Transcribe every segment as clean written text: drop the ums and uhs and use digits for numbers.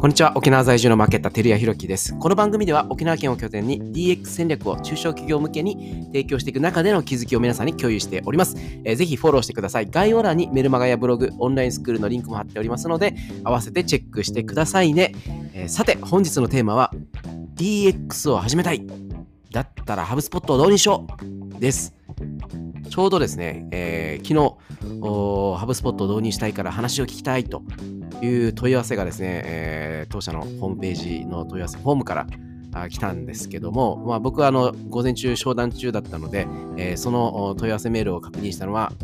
こんにちは。沖縄在住のマーケッター照屋宏樹です。この番組では沖縄県を拠点に DX 戦略を中小企業向けに提供していく中での気づきを皆さんに共有しております。ぜひフォローしてください。概要欄にメルマガやブログ、オンラインスクールのリンクも貼っておりますので、合わせてチェックしてくださいね。さて、本日のテーマは DX を始めたい。だったらハブスポットを導入しようです。ちょうどですね、昨日ハブスポットを導入したいから話を聞きたいという問い合わせがですね、当社のホームページの問い合わせフォームから来たんですけども、僕は午前中商談中だったので、その問い合わせメールを確認したのは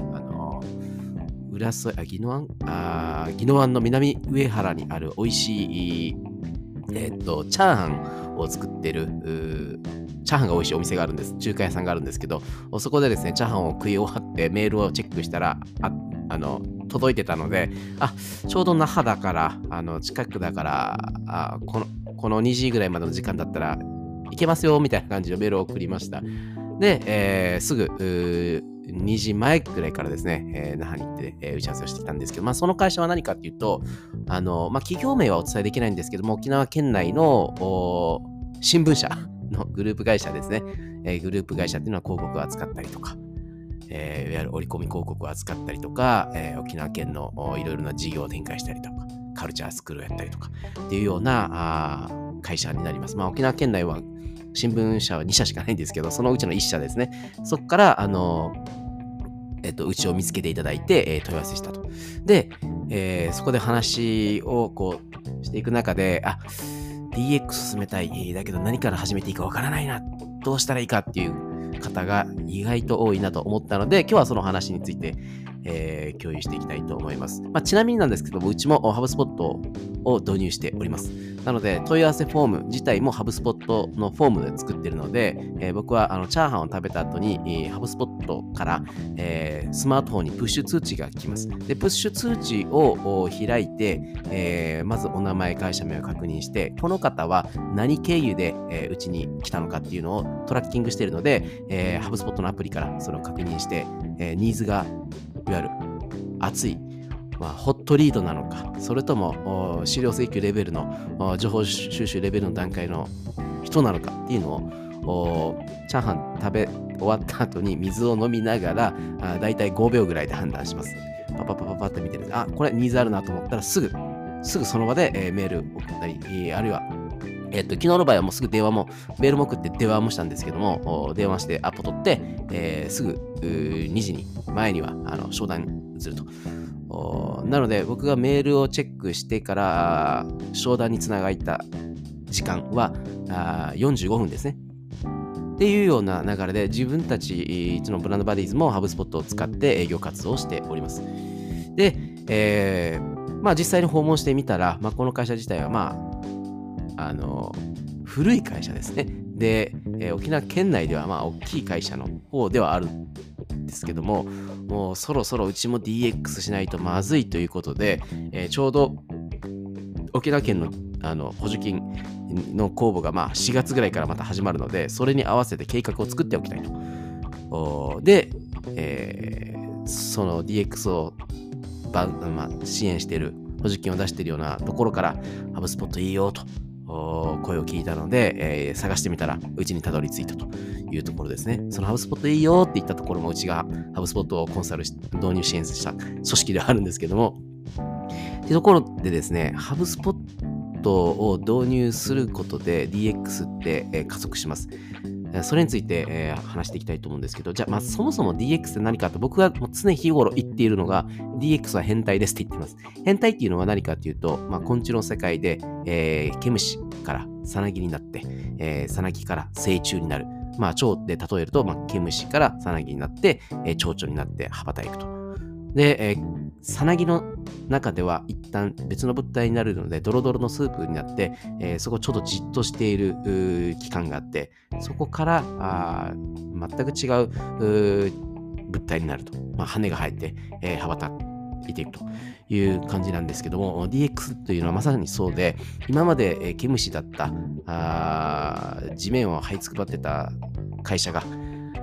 宜野湾の南上原にある美味しいチャーハンを作ってるチャーハンが美味しいお店があるんです。中華屋さんがあるんですけど、そこでですね、チャーハンを食い終わってメールをチェックしたら、届いてたので、ちょうど那覇だから、近くだから、この2時ぐらいまでの時間だったら行けますよみたいな感じのメールを送りました。で、すぐ2時前くらいからですね、那覇に行って、打ち合わせをしてきたんですけど、その会社は何かっていうと、企業名はお伝えできないんですけども、沖縄県内の新聞社のグループ会社ですね。グループ会社っていうのは広告を扱ったりとか、いわゆる折り込み広告を扱ったりとか、沖縄県のいろいろな事業を展開したりとか、カルチャースクールをやったりとかっていうような会社になります。沖縄県内は新聞社は2社しかないんですけど、そのうちの1社ですね。そこからうちを見つけていただいて、問い合わせしたと。で、そこで話をしていく中で、DX 進めたい。だけど何から始めていいかわからないな。どうしたらいいかっていう方が意外と多いなと思ったので、今日はその話について、共有していきたいと思います。ちなみになんですけども、うちもハブスポットを導入しております。なので、問い合わせフォーム自体もハブスポットのフォームで作っているので、僕はチャーハンを食べた後に、ハブスポットから、スマートフォンにプッシュ通知が来ます。で、プッシュ通知を開いて、まずお名前、会社名を確認して、この方は何経由で、うちに来たのかっていうのをトラッキングしているので、ハブスポットのアプリからそれを確認して、ニーズがいわゆる熱い、ホットリードなのか、それとも資料請求レベルの情報収集レベルの段階の人なのかっていうのをチャーハン食べ終わった後に水を飲みながらだいたい5秒ぐらいで判断します。パパパパパって見てる。これニーズあるなと思ったらすぐその場で、メール送ったり、あるいは昨日の場合はもうすぐ電話もメールも送って電話もしたんですけども、電話してアポ取って、すぐ2時に前には商談に移ると。なので僕がメールをチェックしてから商談につながった時間は45分ですね。っていうような流れで自分たちのブランドバディーズもハブスポットを使って営業活動をしております。で、実際に訪問してみたら、この会社自体は古い会社ですね。で、沖縄県内では大きい会社の方ではあるんですけども、もうそろそろうちも DX しないとまずいということで、ちょうど沖縄県の補助金の公募が4月ぐらいからまた始まるので、それに合わせて計画を作っておきたいと。で、その DX を支援している補助金を出しているようなところからハブスポットいいよと声を聞いたので、探してみたらうちにたどり着いたというところですね。そのハブスポットいいよって言ったところもうちがハブスポットをコンサル導入支援した組織ではあるんですけども、っていうところでですね、ハブスポットを導入することで DX って、加速します。それについて、話していきたいと思うんですけど、じゃあ、そもそも DX って何かと僕はもう常日頃言っているのが DX は変態ですって言ってます。変態っていうのは何かっていうと、昆虫の世界で、毛虫からさなぎになって、さなぎから成虫になる。蝶で例えると、毛虫からさなぎになって、蝶々になって羽ばたいくと。で、さなぎの中では一旦別の物体になるのでドロドロのスープになって、そこちょっとじっとしている期間があって、そこから全く違う物体になると、羽が生えて、羽ばたいていくという感じなんですけども、 DX というのはまさにそうで、今まで毛虫だった地面を這いつくばってた会社が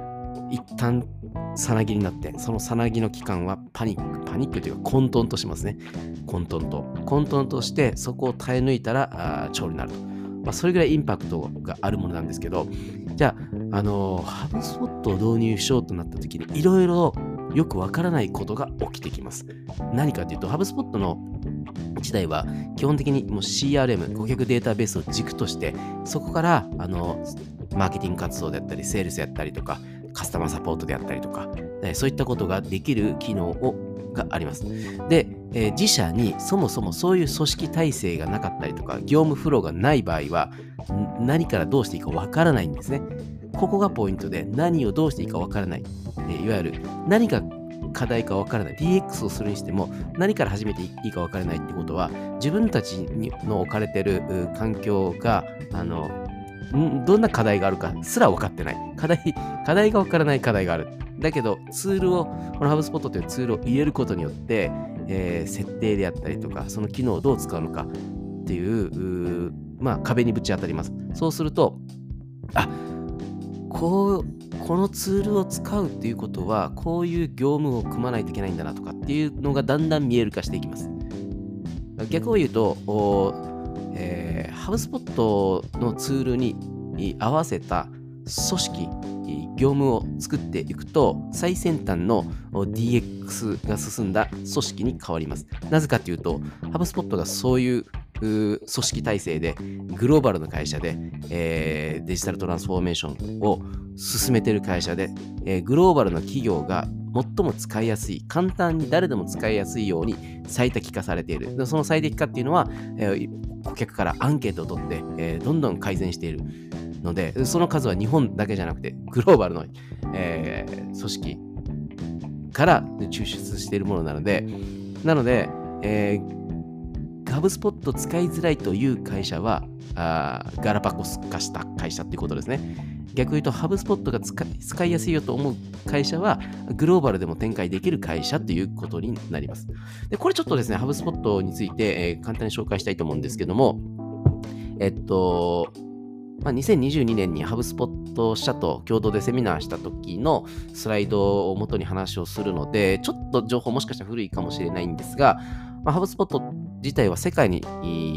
一旦さなぎになって、そのさなぎの期間はパニックというか混沌としますね。混沌として、そこを耐え抜いたら蝶になると。それぐらいインパクトがあるものなんですけど、じゃあ、ハブスポットを導入しようとなった時に、いろいろよくわからないことが起きてきます。何かというと、ハブスポットの自体は基本的にもう CRM、顧客データベースを軸として、そこからマーケティング活動であったり、セールスやったりとか、カスタマーサポートであったりとか、そういったことができる機能があります。で、自社にそもそもそういう組織体制がなかったりとか、業務フローがない場合は、何からどうしていいかわからないんですね。ここがポイントで、何をどうしていいかわからない。いわゆる何が課題かわからない。DX をするにしても、何から始めていいかわからないってことは、自分たちの置かれてる環境が、どんな課題があるかすら分かってない。課題が分からない課題がある。だけど、ツールを、このハブスポットというツールを入れることによって、設定であったりとか、その機能をどう使うのかっていう、壁にぶち当たります。そうすると、このツールを使うっていうことは、こういう業務を組まないといけないんだなとかっていうのがだんだん見える化していきます。逆を言うと、ハブスポットのツールに合わせた組織、業務を作っていくと、最先端の DX が進んだ組織に変わります。なぜかというと、ハブスポットがそういう組織体制で、グローバルな会社で、デジタルトランスフォーメーションを進めている会社で、グローバルな企業が最も使いやすい、簡単に誰でも使いやすいように最適化されている。その最適化っていうのは、顧客からアンケートを取って、どんどん改善しているので、その数は日本だけじゃなくてグローバルの、組織から抽出しているものなので、ハブスポット使いづらいという会社はガラパゴス化した会社っていうことですね。逆に言うと、ハブスポットが使いやすいよと思う会社はグローバルでも展開できる会社ということになります。で、これちょっとですね、ハブスポットについて、簡単に紹介したいと思うんですけども、2022年にハブスポット社と共同でセミナーした時のスライドを元に話をするので、ちょっと情報もしかしたら古いかもしれないんですが、ハブスポット自体は世界に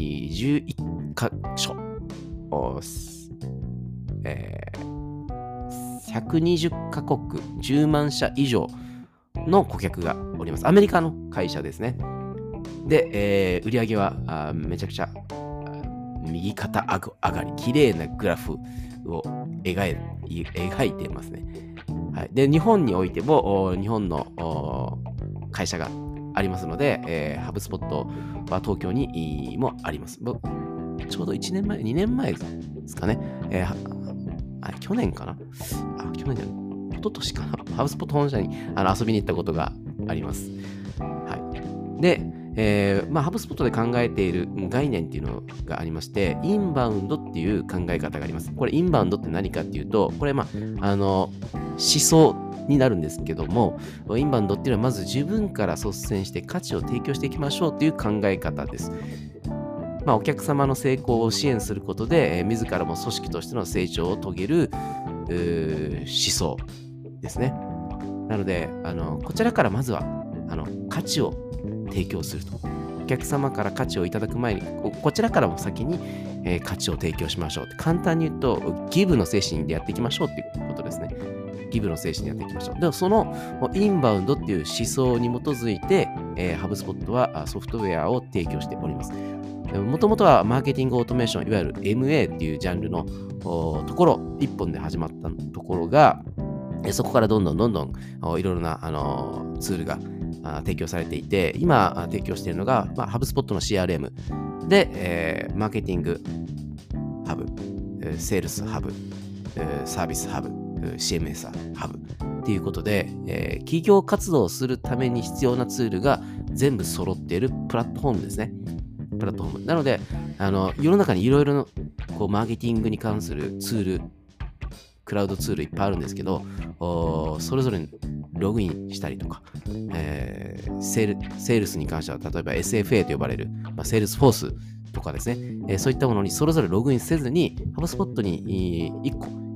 11カ所、120カ国10万社以上の顧客がおります。アメリカの会社ですね。で、売上はめちゃくちゃ右肩上がり、綺麗なグラフを描いてますね。はい、で、日本においても日本の会社がありますので、ハブスポットは東京にもあります。ちょうど1年前、2年前ですかね。去年かな去年じゃない。一昨年かな。ハブスポット本社に遊びに行ったことがあります。はい。で、ハブスポットで考えている概念っていうのがありまして、インバウンドっていう考え方があります。これ、インバウンドって何かっていうと、これ、思想になるんですけども、インバウンドっていうのはまず自分から率先して価値を提供していきましょうっていう考え方です。お客様の成功を支援することで、自らも組織としての成長を遂げる思想ですね。なので、こちらからまずは価値を提供すると。お客様から価値をいただく前に、こちらからも先に、価値を提供しましょう。簡単に言うと、ギブの精神でやっていきましょうっていうことですね。ギブの精神でやっていきましょう。でもそのインバウンドっていう思想に基づいて、ハブスポットはソフトウェアを提供しております。もともとはマーケティングオートメーション、いわゆる MA っていうジャンルのところ、一本で始まったところが、そこからどんどんいろいろなツールが提供されていて、今提供しているのが、ハブスポットの CRM で、マーケティングハブ、セールスハブ、サービスハブ、CMS ハブっていうことで、企業活動をするために必要なツールが全部揃っているプラットフォームですね。プラットフォーム。なので、世の中にいろいろなマーケティングに関するツール、クラウドツールいっぱいあるんですけど、それぞれにログインしたりとか、セールスに関しては、例えば SFA と呼ばれる、セールスフォースとかですね、そういったものにそれぞれログインせずに、ハブスポットに1個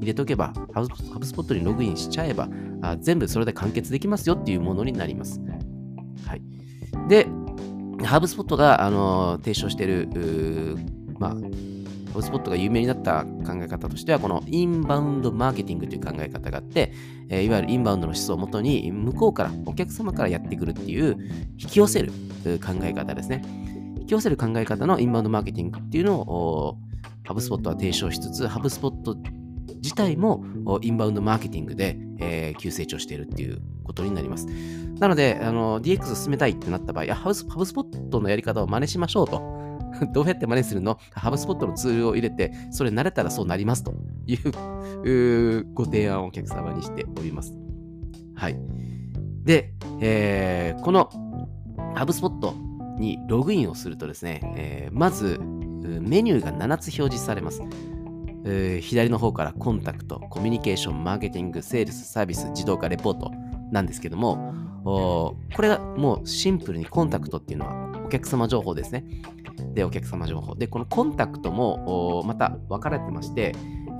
入れとけば、ハブスポットにログインしちゃえば、全部それで完結できますよっていうものになります。はい。で、ハブスポットが、提唱している、ハブスポットが有名になった考え方としては、このインバウンドマーケティングという考え方があって、いわゆるインバウンドの思想をもとに、向こうから、お客様からやってくるっていう、引き寄せる考え方ですね。引き寄せる考え方のインバウンドマーケティングっていうのを、ハブスポットは提唱しつつ、ハブスポット自体もインバウンドマーケティングで、急成長しているっていうことになります。なので、DX を進めたいってなった場合、ハブスポットのやり方を真似しましょうと。どうやって真似するの？ハブスポットのツールを入れて、それ慣れたらそうなりますというご提案をお客様にしております。はい。で、このハブスポットにログインをするとですね、まずメニューが7つ表示されます。左の方からコンタクト、コミュニケーション、マーケティング、セールス、サービス、自動化、レポートなんですけども、これがもうシンプルにコンタクトっていうのはお客様情報ですね。で、お客様情報。で、このコンタクトもまた分かれてまして、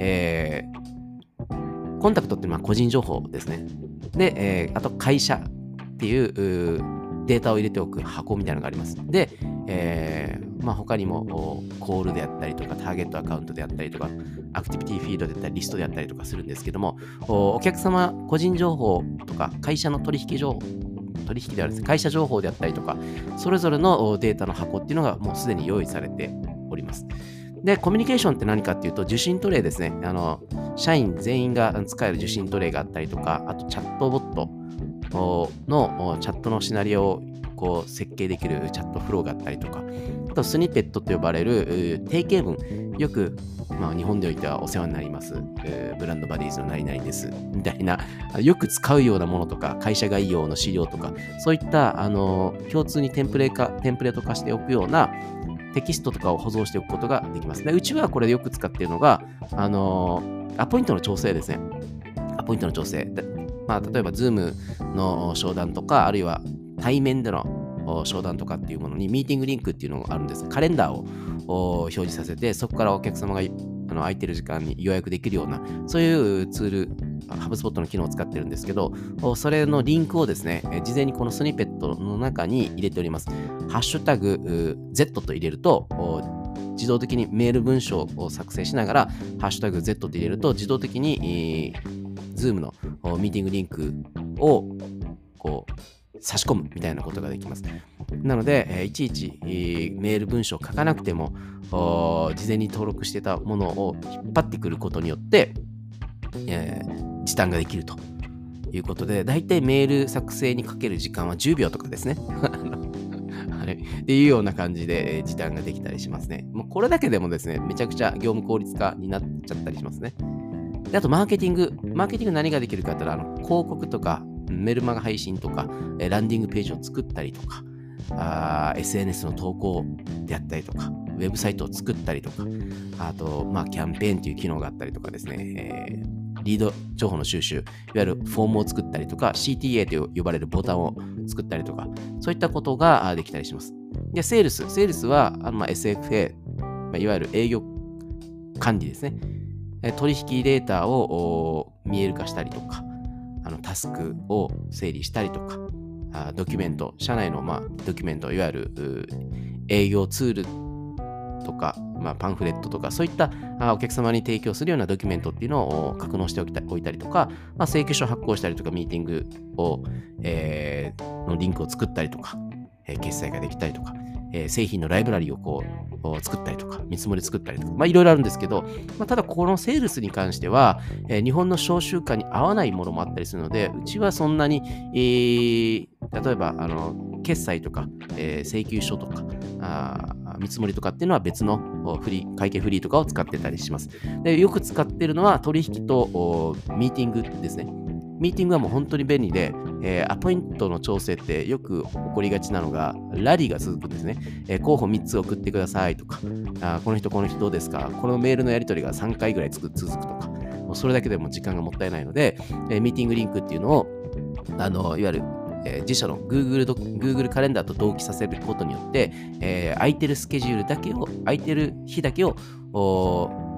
コンタクトっていうのは個人情報ですね。で、あと会社っていうデータを入れておく箱みたいなのがあります。で、他にもコールであったりとか、ターゲットアカウントであったりとか、アクティビティフィードであったり、リストであったりとかするんですけども、お客様個人情報とか、会社の取引である会社情報であったりとか、それぞれのデータの箱っていうのがもうすでに用意されております。で、コミュニケーションって何かっていうと、受信トレイですね。社員全員が使える受信トレイがあったりとか、あとチャットボットのチャットのシナリオをこう設計できるチャットフローがあったりとか、あとスニペットと呼ばれる定型文、よく、日本でおいてはお世話になります、ブランドバディーズの何々ですみたいな、よく使うようなものとか、会社概要の資料とか、そういった共通にテンプレート化しておくようなテキストとかを保存しておくことができます。で、うちはこれでよく使っているのが、アポイントの調整ですね。アポイントの調整。例えば Zoom の商談とか、あるいは対面での商談とかっていうものにミーティングリンクっていうのがあるんです。カレンダーを表示させて、そこからお客様が空いてる時間に予約できるような、そういうツール、ハブスポットの機能を使ってるんですけど、それのリンクをですね、事前にこのスニペットの中に入れております。ハッシュタグ Z と入れると、自動的にメール文章を作成しながら、ハッシュタグ Z って入れると、自動的に、Zoom のミーティングリンクをこう差し込むみたいなことができます。なので、いちいちメール文章を書かなくても、事前に登録してたものを引っ張ってくることによって、時短ができるということで、だいたいメール作成にかける時間は10秒とかですね。っていうような感じで時短ができたりしますね。もうこれだけでもですね、めちゃくちゃ業務効率化になっちゃったりしますね。で、あとマーケティング何ができるかって言ったら、広告とかメルマガ配信とか、ランディングページを作ったりとか、SNS の投稿であったりとか、ウェブサイトを作ったりとか、あと、キャンペーンという機能があったりとかですね、リード情報の収集、いわゆるフォームを作ったりとか、CTA と呼ばれるボタンを作ったりとか、そういったことができたりします。で、セールスは、SFA、いわゆる営業管理ですね。取引データを見える化したりとか、タスクを整理したりとか、ドキュメント、社内の、ドキュメント、いわゆる営業ツールとか、パンフレットとか、そういったお客様に提供するようなドキュメントっていうのを格納しておいたりとか、請求書発行したりとか、ミーティングを、のリンクを作ったりとか、決済ができたりとか、製品のライブラリを作ったりとか、見積もり作ったりとか、いろいろあるんですけど、ただこのセールスに関しては、日本の商習慣に合わないものもあったりするので、うちはそんなに、例えば決済とか、請求書とか、見積もりとかっていうのは別の会計フリーとかを使ってたりします。で、よく使ってるのは取引とミーティングですね。ミーティングはもう本当に便利で、アポイントの調整ってよく起こりがちなのが、ラリーが続くんですね。候補3つ送ってくださいとか、この人どうですか、このメールのやり取りが3回ぐらい続くとか、もうそれだけでも時間がもったいないので、ミーティングリンクっていうのを、いわゆる自社の Google カレンダーと同期させることによって、空いてるスケジュールだけを、空いてる日だけを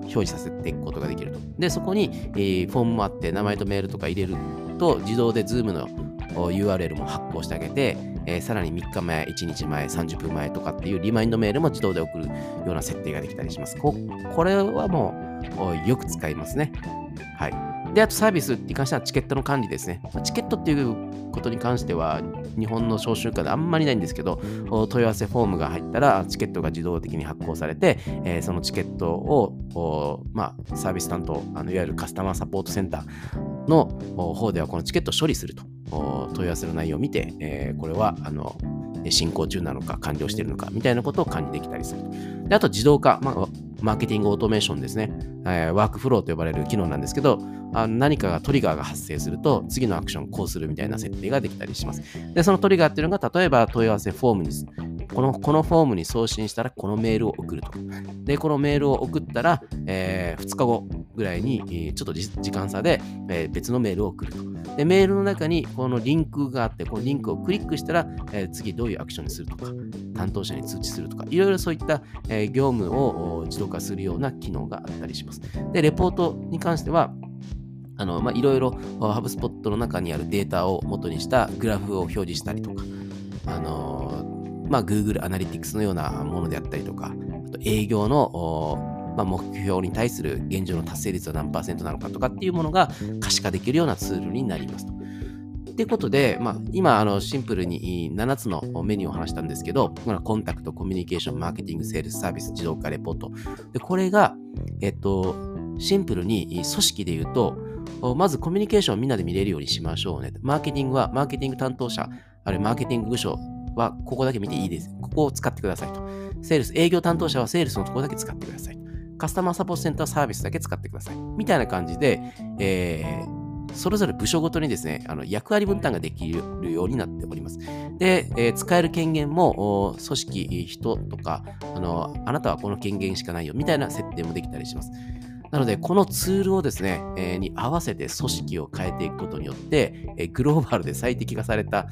表示させていくことができると。で、そこに、フォームもあって、名前とメールとか入れると、自動で Zoom のURL も発行してあげて、さらに3日前、1日前、30分前とかっていうリマインドメールも自動で送るような設定ができたりします。これはもうよく使いますね。はい。で、あとサービスに関してはチケットの管理ですね。チケットっていうことに関しては、日本の招集下であんまりないんですけど、問い合わせフォームが入ったら、チケットが自動的に発行されて、そのチケットを、サービス担当、いわゆるカスタマーサポートセンターの方では、このチケットを処理すると、問い合わせの内容を見て、これは、進行中なのか、完了しているのか、みたいなことを管理できたりすると。で、あと自動化、マーケティングオートメーションですね。ワークフローと呼ばれる機能なんですけど、何かがトリガーが発生すると、次のアクションこうするみたいな設定ができたりします。で、そのトリガーっていうのが、例えば問い合わせフォームに、このフォームに送信したら、このメールを送ると。で、このメールを送ったら、2日後ぐらいに、ちょっと時間差で、別のメールを送ると。で、メールの中にこのリンクがあって、このリンクをクリックしたら、次どういうアクションにするとか、担当者に通知するとか、いろいろそういった、業務を自動化するような機能があったりします。で、レポートに関しては、いろいろHubSpotの中にあるデータを元にしたグラフを表示したりとか、Google Analytics のようなものであったりとか、あと営業の目標に対する現状の達成率は何%なのかとかっていうものが可視化できるようなツールになりますと。ということで、今シンプルに7つのメニューを話したんですけど、コンタクト、コミュニケーション、マーケティング、セールス、サービス、自動化、レポート。でこれが、シンプルに組織で言うと、まずコミュニケーションをみんなで見れるようにしましょうね。マーケティングはマーケティング担当者、あるいはマーケティング部署はここだけ見ていいです。ここを使ってくださいと。セールス、営業担当者はセールスのところだけ使ってください。カスタマーサポートセンターサービスだけ使ってください。みたいな感じで、それぞれ部署ごとにですね、役割分担ができるようになっております。で、使える権限も、組織、人とか、あなたはこの権限しかないよ、みたいな設定もできたりします。なので、このツールをですね、に合わせて組織を変えていくことによって、グローバルで最適化された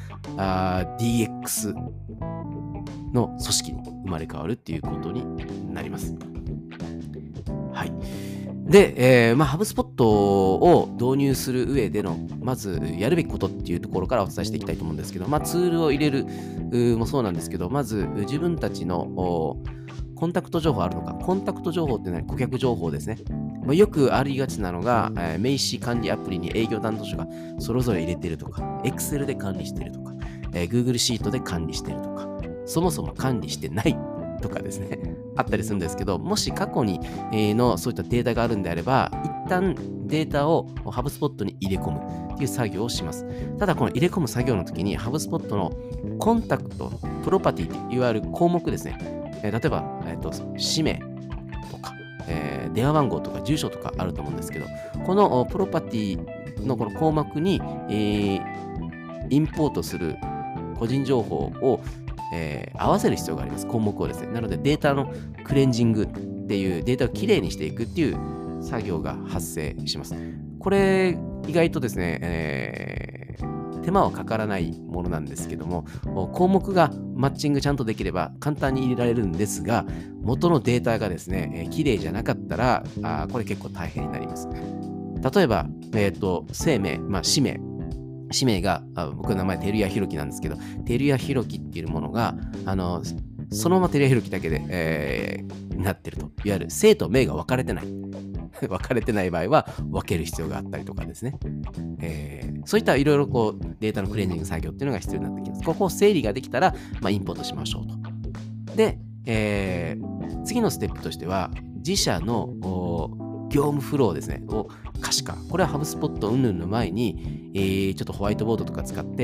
DX の組織に生まれ変わるっていうことになります。はい。で、HubSpot を導入する上での、まずやるべきことっていうところからお伝えしていきたいと思うんですけど、ツールを入れるもそうなんですけど、まず自分たちのコンタクト情報あるのか。コンタクト情報っていうのは顧客情報ですね。よくありがちなのが、名刺管理アプリに営業担当者がそれぞれ入れてるとか、Excel で管理してるとか、Google シートで管理してるとか、そもそも管理してないとかですね、あったりするんですけど、もし過去にのそういったデータがあるんであれば、一旦データを HubSpot に入れ込むっていう作業をします。ただこの入れ込む作業の時に HubSpot のコンタクト、プロパティいわゆる項目ですね。例えば、氏名とか、電話番号とか住所とかあると思うんですけど、このプロパティのこの項目に、インポートする個人情報を合わせる必要があります。項目をですね。なのでデータのクレンジングっていうデータをきれいにしていくっていう作業が発生します。これ意外とですね、手間はかからないものなんですけども、項目がマッチングちゃんとできれば簡単に入れられるんですが、元のデータがですね、きれいじゃなかったら、これ結構大変になります。例えば、姓名、氏名が、僕の名前、照屋ひろきなんですけど、照屋ひろきっていうものが、そのまま照屋ひろきだけで、なってると。いわゆる姓と名が分かれてない。分かれてない場合は分ける必要があったりとかですね。そういったいろいろこうデータのクレンジング作業っていうのが必要になってきます。ここを整理ができたら、インポートしましょうと。で、次のステップとしては、自社の業務フローですね、を可視化。これは HubSpot 云々の前に、ちょっとホワイトボードとか使って、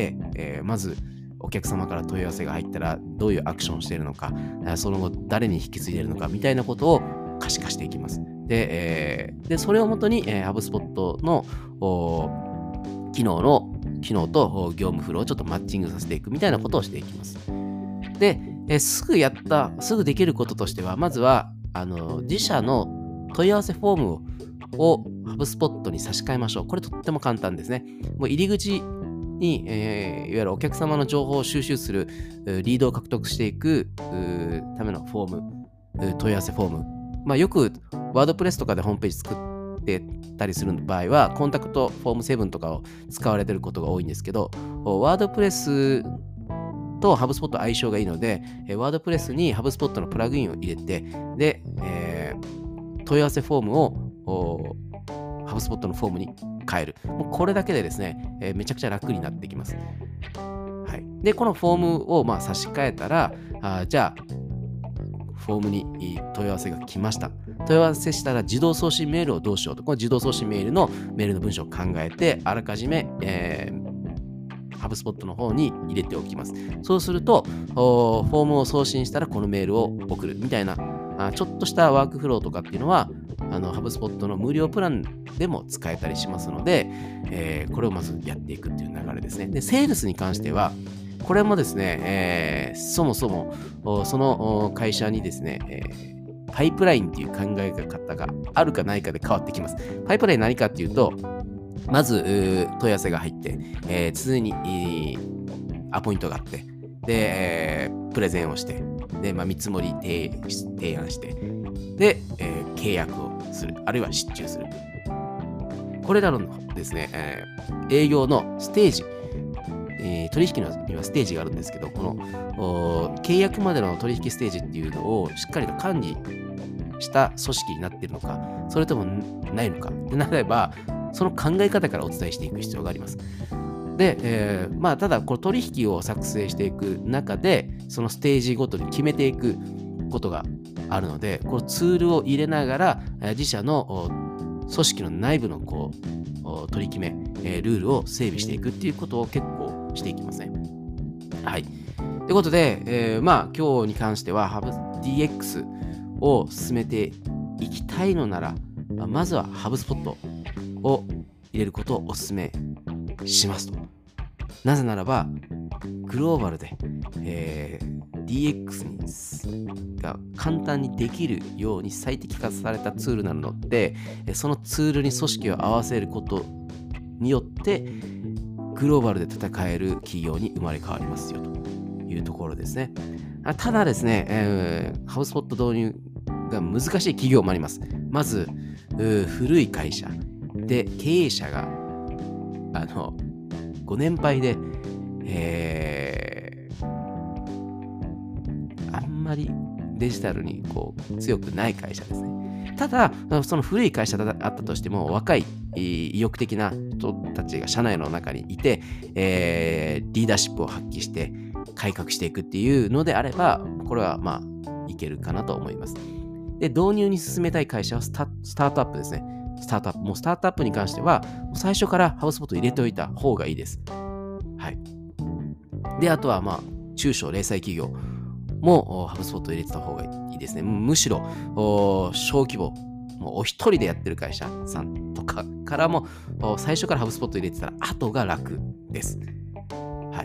まずお客様から問い合わせが入ったらどういうアクションをしているのか、その後誰に引き継いでいるのかみたいなことを可視化していきます。で、それをもとに、HubSpot の機能と業務フローをちょっとマッチングさせていくみたいなことをしていきます。で、すぐできることとしては、まずは自社の問い合わせフォームを HubSpot に差し替えましょう。これとっても簡単ですね。もう入り口に、いわゆるお客様の情報を収集するリードを獲得していくためのフォーム、問い合わせフォーム。よくワードプレスとかでホームページ作ってたりする場合は、コンタクトフォーム7とかを使われてることが多いんですけど、ワードプレスとハブスポット相性がいいので、ワードプレスにハブスポットのプラグインを入れて、で、問い合わせフォームをハブスポットのフォームに変える。もうこれだけでですね、めちゃくちゃ楽になってきます。はい、で、このフォームを差し替えたら、じゃあ、フォームに問い合わせが来ました。問い合わせしたら自動送信メールをどうしようと。この自動送信メールの文章を考えて、あらかじめ、ハブスポットの方に入れておきます。そうすると、フォームを送信したらこのメールを送るみたいな、ちょっとしたワークフローとかっていうのは、ハブスポットの無料プランでも使えたりしますので、これをまずやっていくっていう流れですね。で、セールスに関しては、これもですね、そもそもその会社にですね、パイプラインっていう考え方があるかないかで変わってきます。パイプライン何かっていうと、まず問い合わせが入って、常にアポイントがあって、で、プレゼンをして、で、見積もり提案して、で、契約をする、あるいは失注する。これらのですね、営業のステージ、取引にはステージがあるんですけど、この契約までの取引ステージっていうのをしっかりと管理した組織になっているのか、それともないのか。でなれば、その考え方からお伝えしていく必要があります。で、ただ、この取引を作成していく中で、そのステージごとに決めていくことがあるので、このツールを入れながら、自社の組織の内部の取り決め、ルールを整備していくっていうことを結構していきますね。はい。ということで、今日に関しては DX を進めていきたいのなら、まずはハブスポットを入れることをお勧めしますと。なぜならば、グローバルで、DX が簡単にできるように最適化されたツールなので、そのツールに組織を合わせることによって、グローバルで戦える企業に生まれ変わりますよというところですね。ただですね、ハブスポット導入が難しい企業もあります。まず、古い会社で経営者がご年配で、あんまりデジタルに強くない会社ですね。ただ、その古い会社だったとしても、若い意欲的な人たちが社内の中にいて、リーダーシップを発揮して改革していくっていうのであれば、これはいけるかなと思います。で、導入に進めたい会社はスタートアップですね。スタートアップに関しては、最初からハブスポット入れておいた方がいいです。はい。で、あとは中小零細企業もハブスポット入れてた方がいいですね。むしろ、小規模、もうお一人でやってる会社さんとかからも、最初からハブスポット入れてたら後が楽です。はい。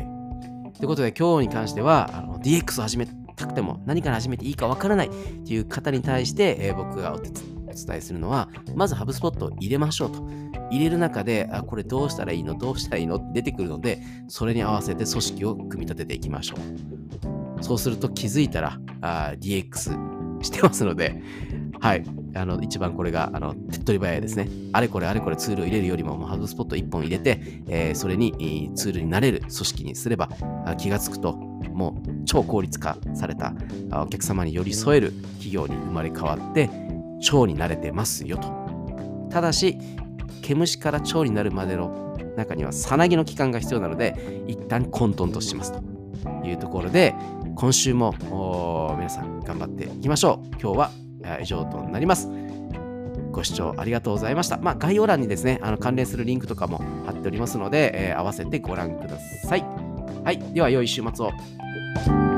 ということで、今日に関しては、DX を始めたくても何から始めていいかわからないっていう方に対して、僕がお伝えするのは、まずハブスポットを入れましょうと。入れる中で、これどうしたらいいのって出てくるので、それに合わせて組織を組み立てていきましょう。そうすると気づいたら、DX してますので、はい。一番これが、手っ取り早いですね。あれこれツールを入れるよりも、ハブスポット1本入れて、それにツールになれる組織にすれば、気がつくと、もう超効率化されたお客様に寄り添える企業に生まれ変わって、超になれてますよと。ただし、毛虫から超になるまでの中にはさなぎの期間が必要なので、一旦混沌としますというところで、今週も皆さん頑張っていきましょう。今日は以上となります。ご視聴ありがとうございました。概要欄にですね、関連するリンクとかも貼っておりますので、合わせてご覧ください。はい。では、良い週末を。